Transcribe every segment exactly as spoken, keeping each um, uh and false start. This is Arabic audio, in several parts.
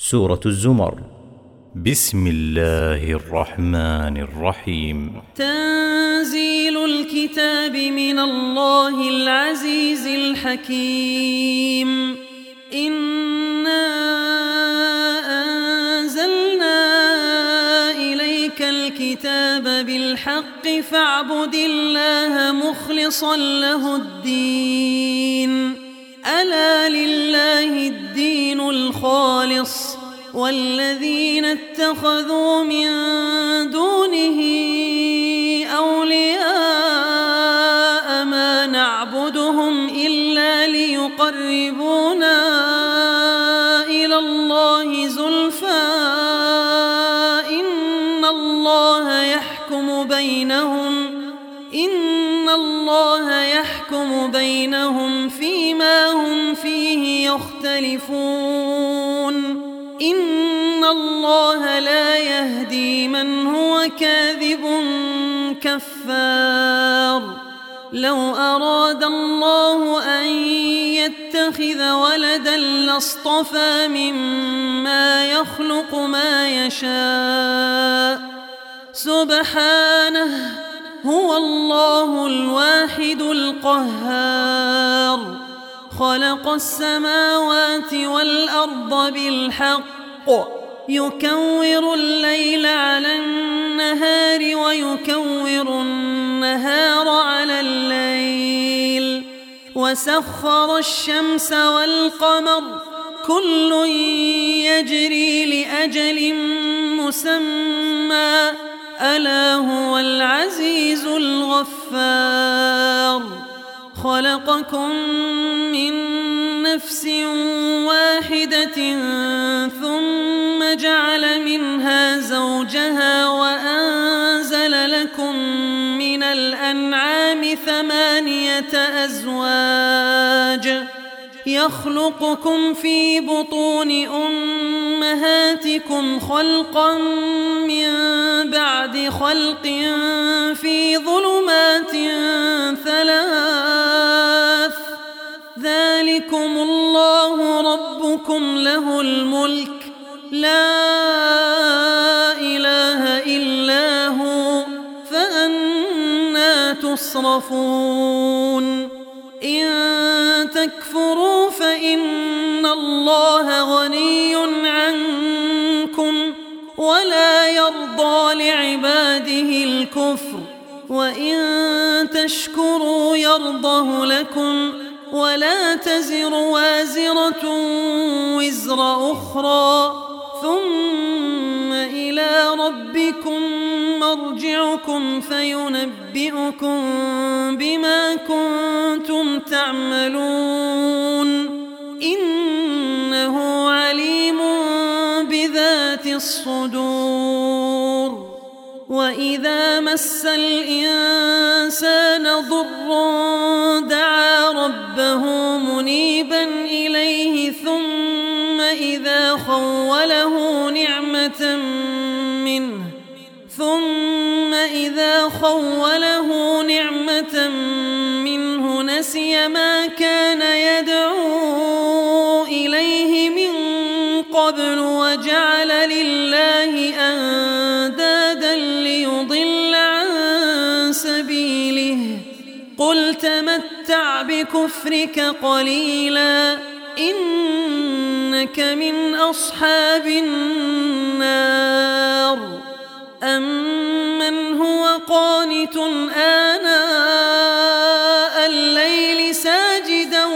سورة الزمر. بسم الله الرحمن الرحيم. تنزيل الكتاب من الله العزيز الحكيم. إنا أنزلنا إليك الكتاب بالحق فاعبد الله مخلصا له الدين. ألا لله الدين الخالص والذين اتخذوا من دونه أولياء ما نعبدهم إلا ليقربونا إلى الله زلفى إن الله يحكم بينهم إن الله يحكم بينهم فيما هم فيه يختلفون. إن الله لا يهدي من هو كاذب كفار. لو أراد الله أن يتخذ ولدا لاصطفى مما يخلق ما يشاء سبحانه هو الله الواحد القهار. خلق السماوات والأرض بالحق يكور الليل على النهار ويكور النهار على الليل وسخر الشمس والقمر كل يجري لأجل مسمى ألا هو العزيز الغفار. خلقكم من نفس واحدة ثم جعل منها زوجها وأنزل لكم من الأنعام ثمانية أزواج يخلقكم في بطون أمهاتكم خلقا من بعد خلق في ظلمات ثلاث ذلكم الله ربكم له الملك لا إله إلا هو فأنى تصرفون. إن تكفروا فإن الله غني عنكم ولا يرضى لعباده الكفر وإن تشكروا يرضه لكم ولا تزر وازرة وزر أخرى ثم إلى ربكم مرجعكم فينبئكم بما كنتم تعملون إنه عليم بذات الصدور. وإذا مس الإنسان ضر دعا ربه منيبا إليه ثم إذا خوله نعمة منه ثم إذا خوله نعمة منه نسي ما كان يدعو إليه من قبل وجعل لله أندادا ليضل عن سبيله. قل تمتع بكفرك قليلا إنك من أصحاب النار. أمن هو قانت آناء الليل ساجدا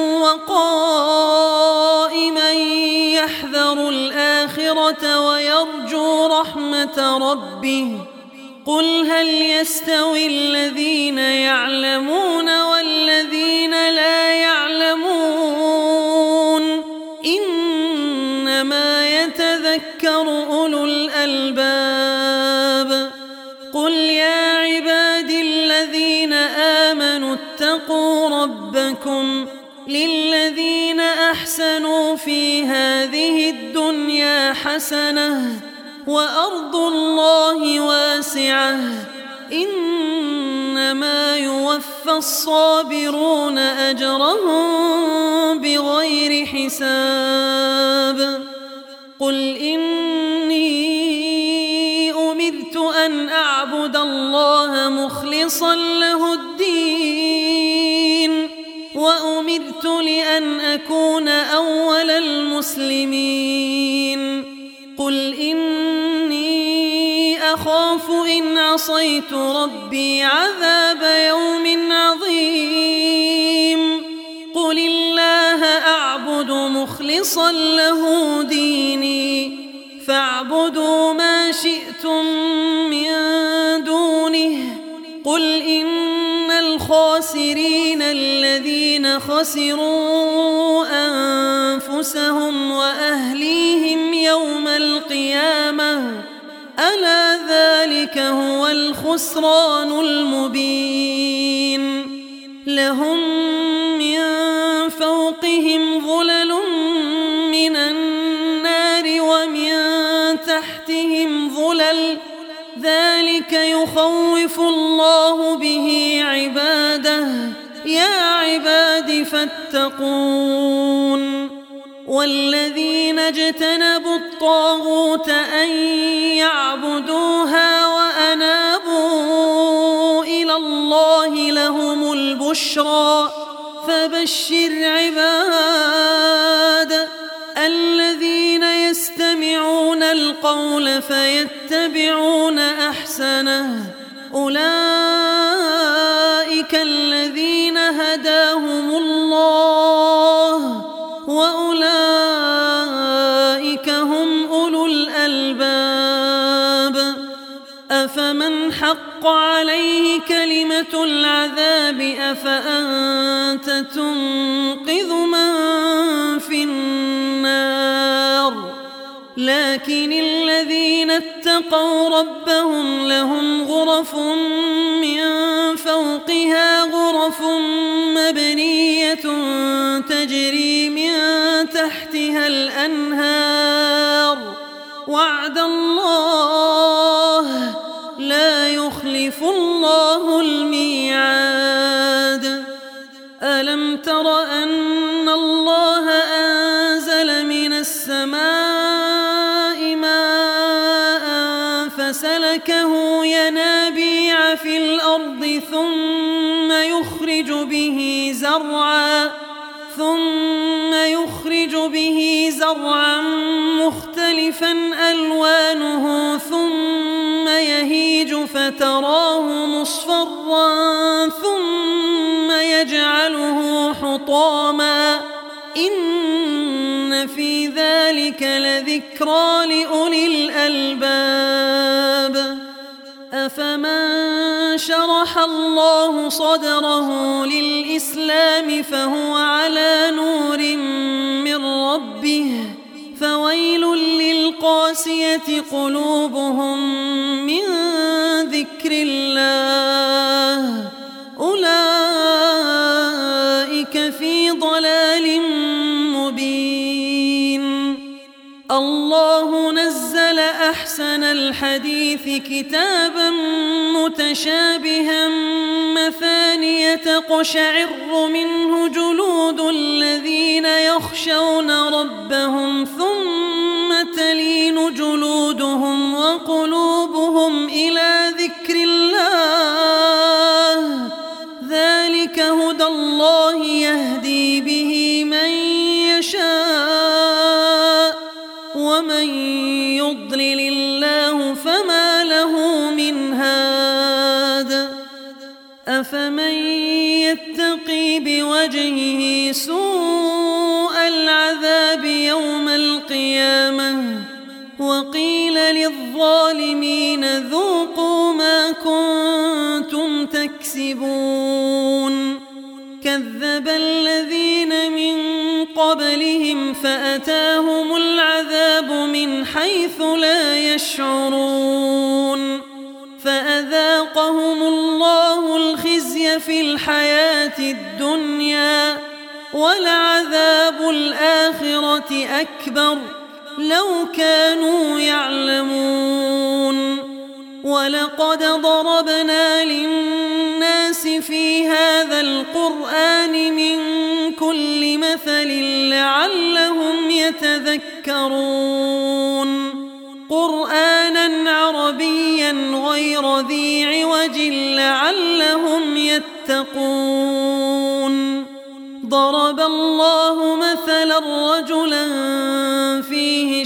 وقائما يحذر الآخرة ويرجو رحمة ربه قل هل يستوي الذين يعلمون والذين لا يعلمون إنما يتذكر أولو الألباب. قل يا عبادي الذين آمنوا اتقوا ربكم للذين أحسنوا في هذه الدنيا حسنة وأرض الله واسعة إنما يوفى الصابرون أجرهم بغير حساب. قل إني أمرت أن أعبد الله مخلصا له الدين وأمرت لأن أكون أول المسلمين قل إني أخاف إن عصيت ربي عذاب يوم عظيم قل الله أعبد مخلصا له ديني فاعبدوا ما شئتم من دونه قل إن الخاسرين الذين خسروا أنفسهم وأهليهم يوم القيامة ألا ذلك هو الخسران المبين لهم من فوقهم ظلل من النار ومن تحتهم ظلل ذلك يخوف الله به عباده يا عباد فاتقون والذين اجتنبوا الطاغوت أن يعبدوها وأنابوا إلى الله لهم البشرى فبشر عباد الذين يستمعون القول فيتبعون أحسنه أولئك الذين هداهم الله وأولئك هم أولو الألباب أفمن حق عليه كلمة العذاب أفأنت تنقذ من في النار لكن الذين اتقوا ربهم لهم غرف من فوقها غرف مبنية تجري من تحتها الأنهار وعد الله لا يخلف الله الميعاد ألم تر أن الله أنزل من السماء ماء فسلكه ينابيع في الأرض ثم يخرج به زرعا ثم يخرج به زرعا مختلفا ألوانه ثم يهيج فتراه مصفرا ثم يجعله حطاما إن في ذلك لذكرى لأولي الألباب أفمن شرح الله صدره للإسلام فهو على نور من ربه فويل للقاسية قلوبهم من ذكر الله أولئك في ضلال مبين الله نزل أحسن الحديث كتابا متشابها مثانية تقشعر منه جلود الذين يخشون ربهم ثم تلين جلودهم وقلوبهم إلى ذكر الله ذلك هدى الله يهدي به من يشاء ومن يضلل الله فما له من هاد أفمن يتقي بوجهه سوء العذاب يوم القيامة وقيل للظالمين ذوقوا ما كنتم تكسبون كذب الذين من قبلهم فأتاهم العذاب من حيث لا يشعرون فأذاقهم الله الخزي في الحياة الدنيا ولعذاب الآخرة أكبر لو كانوا يعلمون ولقد ضربنا للناس في هذا القرآن من كل مثل لعلهم يتذكرون قولا غير ذي عوج لعلهم يتقون. ضرب الله مثلا رجلا فيه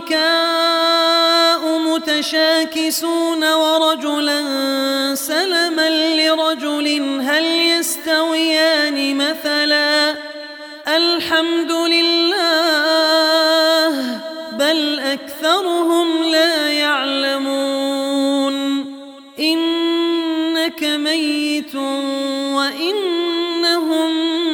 شركاء متشاكسون ورجلا سلما لرجل هل يستويان مثلا الحمد لله بل أكثرهم لا يعلمون. إنك ميت وإنهم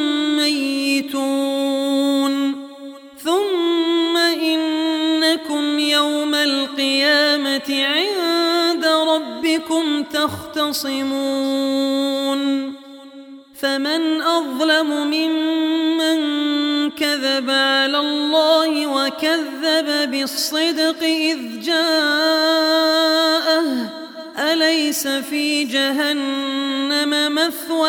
ميتون ثم إنكم يوم القيامة عند ربكم تختصمون. فمن أظلم ممن كذب على الله وكذب بالصدق إذ جاءه أليس في جهنم مثوى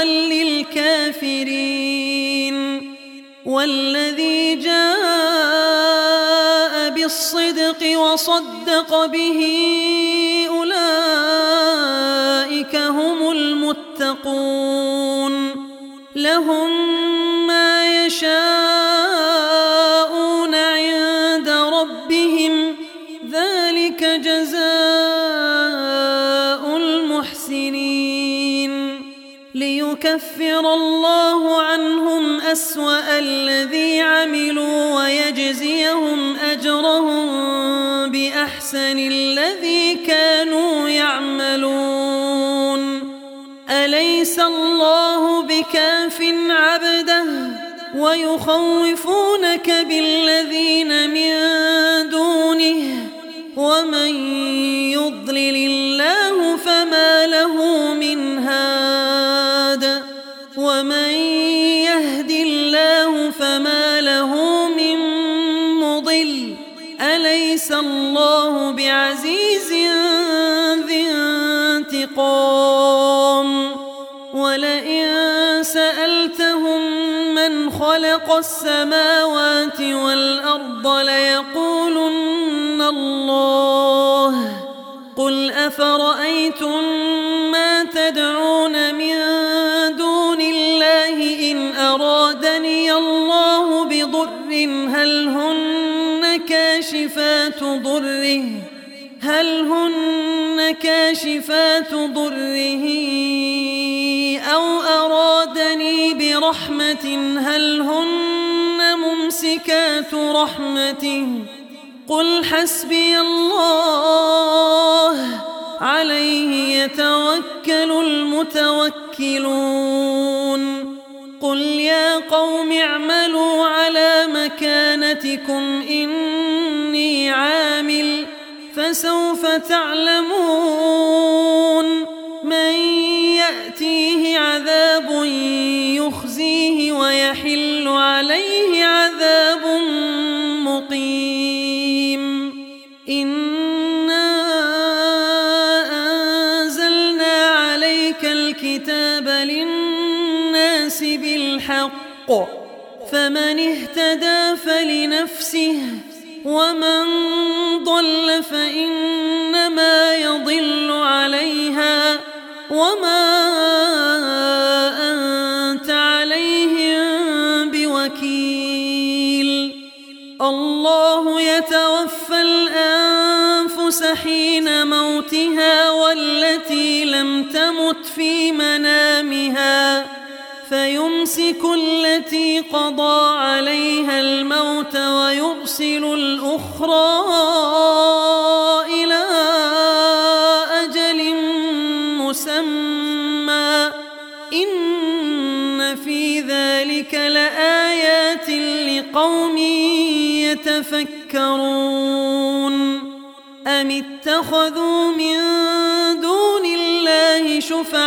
للكافرين. والذي جاء بالصدق وصدق به أولئك هم المتقون. لهم ما يشاءون عند ربهم ذلك جزاء المحسنين. ليكفر الله عنهم أسوأ الذي عملوا ويجزيهم أجرهم بأحسن الذي كانوا يعملون. أليس الله بكاف عبده ويخوفونك بالذين من دونه ومن يضلل الله فما له من هاد ومن يهد الله فما له من مضل. أليس الله بعزيز ذي انتقام. ولئن سألتهم من خلق السماوات والأرض ليقولن الله. قل أفرأيتم ما تدعون من دون الله إن أرادني الله بضر هل هن كاشفات ضره هل هن كاشفات ضره أو أرادني برحمة هل هن ممسكات رحمته. قل حسبي الله عليه يتوكل المتوكلون. قل يا قوم اعملوا على مكانتكم إني عامل فسوف تعلمون من يأتيه عذاب يخزيه ويحل عليه عذاب مقيم. إنا أنزلنا عليك الكتاب للناس بالحق فمن اهتدى فلنفسه ومن ضل فإنما يضل عليها وما أنت عليهم بوكيل. الله يتوفى الأنفس حين موتها والتي لم تمت في منامها فيمسك التي قضى عليها الموت ويرسل الأخرى إلى أجل مسمى. إن في ذلك لآيات لقوم يتفكرون. أم اتخذوا من دون الله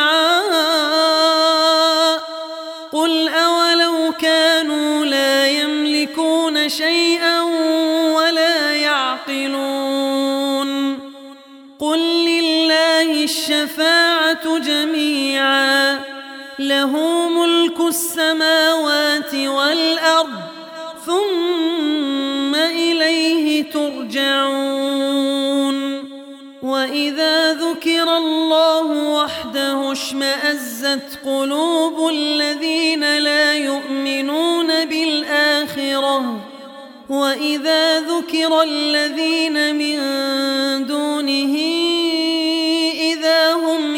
شفعاء قل أولو كانوا لا يملكون شيئا ولا يعقلون. قل لله الشفاعة جميعا له ملك السماوات والأرض ثم إليه ترجعون. وإذا ذكر الله وحده اشمأزت قلوب الذين لا يؤمنون بالآخرة وإذا ذكر الذين من دونه إذا هم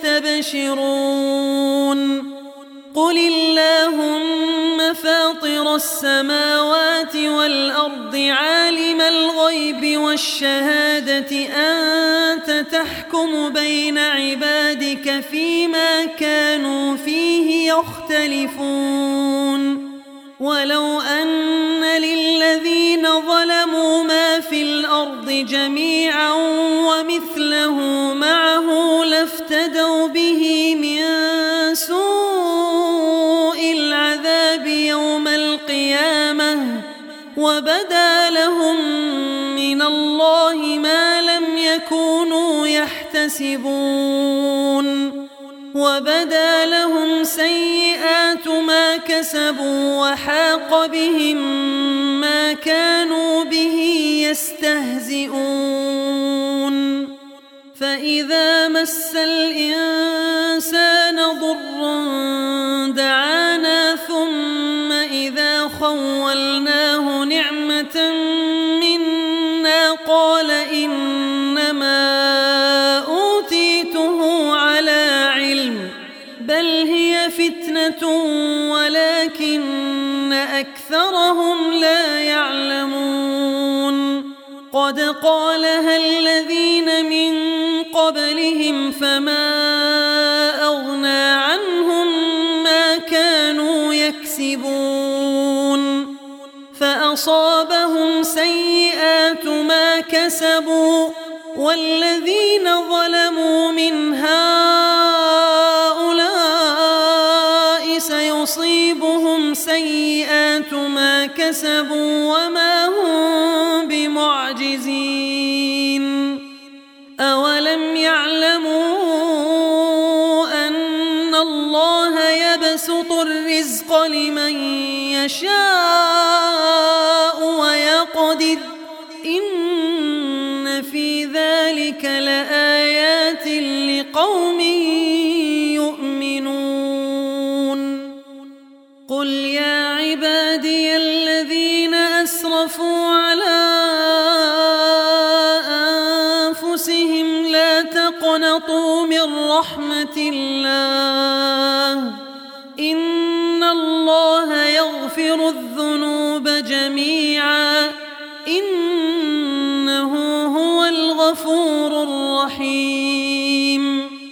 يستبشرون قل اللهم فاطر السماوات والأرض عالم الغيب والشهادة أنت تحكم بين عبادك فيما كانوا فيه يختلفون ولو أن للذين ظلموا ما في الأرض جميعا ومثله معه لافتدوا به من سوء العذاب يوم القيامة وبدا لهم من الله ما لم يكونوا يحتسبون وبدا لهم سيئات ما كسبوا وحاق بهم ما كانوا به يستهزئون فإذا مس الإنسان ضر دعانا ثم إذا خولناه نعمة منا قال إنما أوتيته على علم بل هي فتنة ولكن أكثرهم لا يعلمون قد قالها الذين من قبلهم فما أغنى عنهم ما كانوا يكسبون فأصابهم سيئات ما كسبوا والذين ظلموا من هؤلاء سيصيبهم سيئات ما كسبوا وما هم بمعجزين أولم يعلموا أن الله يبسط الرزق لمن يشاء ويقدر إن في ذلك لآيات لقوم يؤمنون قل يا عبادي الذين أسرفوا على أنفسهم لا تقنطوا من رحمة الله إن الله يغفر الذنوب جميعا إنه هو الغفور الرحيم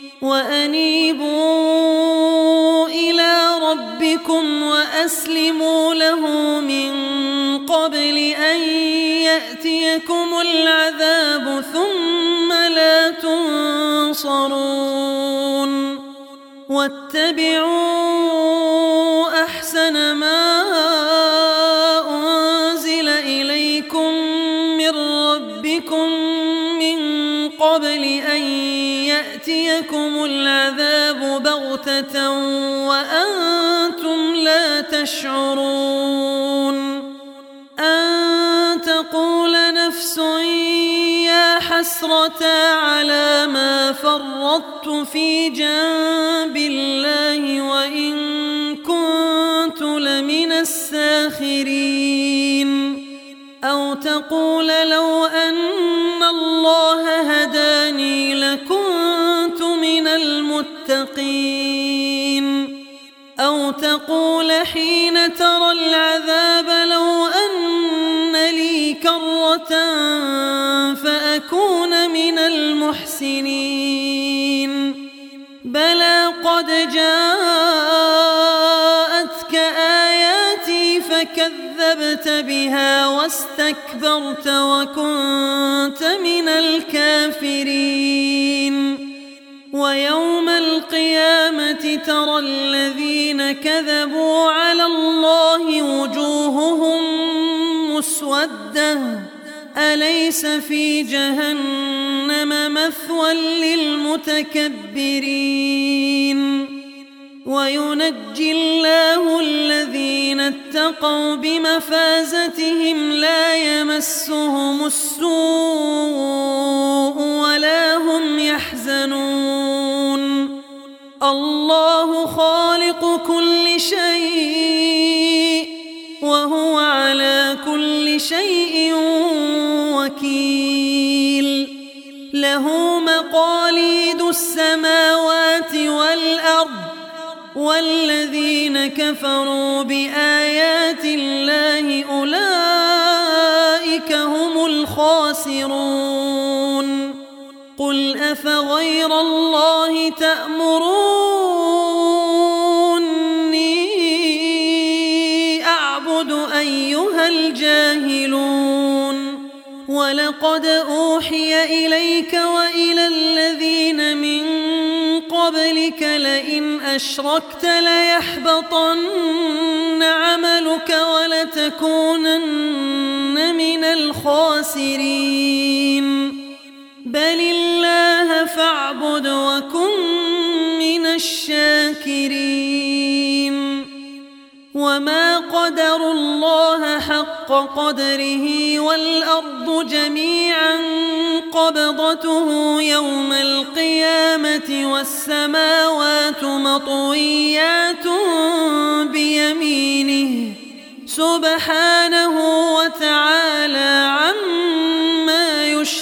وأنيبوا إلى ربكم وأسلموا له من قبل أن يأتيكم العذاب ثم لا تنصرون واتبعوا أحسن ما أنزل إليكم من ربكم من قبل أن يأتيكم العذاب بغتة وأنتم لا تشعرون أن تقول نفس يا حسرة على ما فرطت في جنب الله وإن كنت لمن الساخرين أو تقول لو أن الله هداني لكنت من المتقين أو تقول حين ترى العذاب لو أن لي كرة فأكون من المحسنين بلى قد جاءتك آياتي فكذبت بها واستكبرت وكنت من الكافرين ويوم القيامة ترى الذين كذبوا على الله وجوههم مسودة أليس في جهنم مثوى للمتكبرين وينجي الله الذين اتقوا بمفازتهم لا يمسهم السوء ولا وكيل له مقاليد السماوات والأرض والذين كفروا بآيات الله أولئك هم الخاسرون قل أفغير الله تأمروني أعبد أيها الجاهلون ولقد أوحي إليك وإلى الذين من قبلك لئن أشركت ليحبطن عملك ولتكونن من الخاسرين بل الله فاعبد وكن من الشاكرين وما قدروا الله حق قدره والأرض جميعا قبضته يوم القيامة والسماوات مطويات بيمينه سبحانه وتعالى عما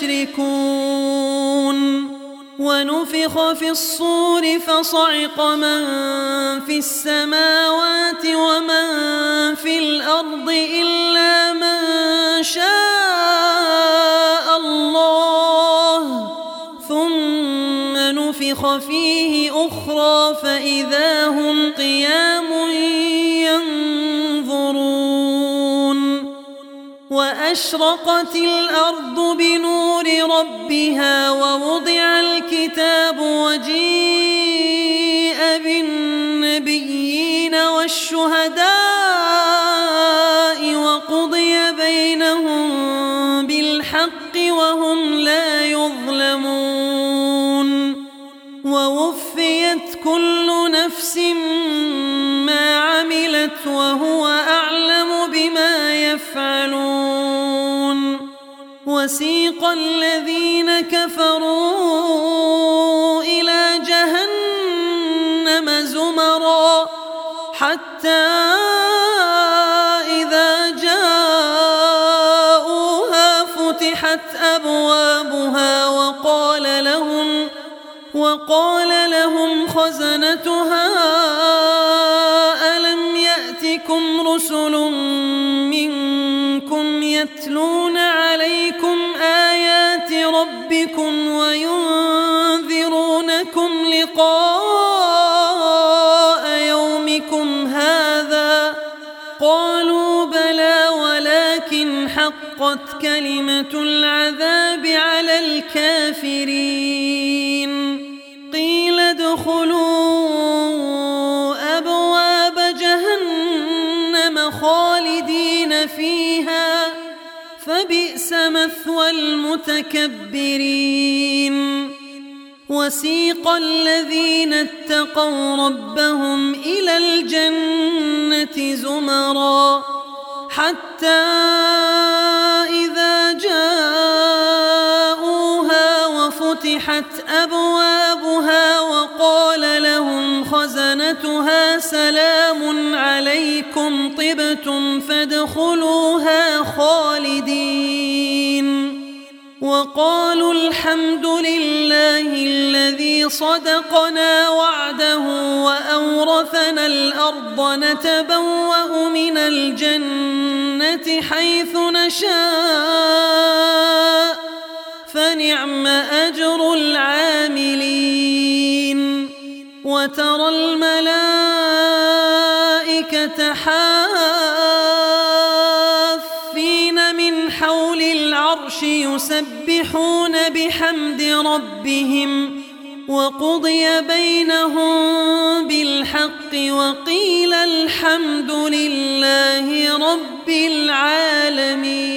يشركون ونفخ في الصور فصعق من في السماوات ومن في الأرض إلا من شاء الله ثم نفخ فيه أخرى فإذا هم قيام ينظرون وأشرقت الأرض بنور ربها ووضع الكتاب وجيء بالنبيين والشهداء وقضي بينهم بالحق وهم لا يظلمون ووفيت كل نفس ما عملت وهو أعلم بما يفعلون وسيق الذين كفروا إلى جهنم زمرا حتى إذا جاءوها فتحت أبوابها وقال لهم وقال لهم خزنتها ألم يأتكم رسل منكم يتلون عليكم آيات ربكم وينذرونكم لقاء يومكم هذا قالوا بلى ولكن حقت كلمة العذاب على الكافرين قيل ادخلوا أبواب جهنم خالدين فيها فبئس مثوى المتكبرين وسيق الذين اتقوا ربهم إلى الجنة زمرا حتى إذا جاءوها وفتحت أبوابها وقال لهم خزنتها سلام عليكم طبتم فادخلوها خالدين وقالوا الحمد لله الذي صدقنا وعده وأورثنا الأرض نتبوأ من الجنة حيث نشاء فنعم أجر العاملين وترى الملائكة حافين من حول العرش يسبحون بحمد ربهم وقضي بينهم بالحق وقيل الحمد لله رب العالمين.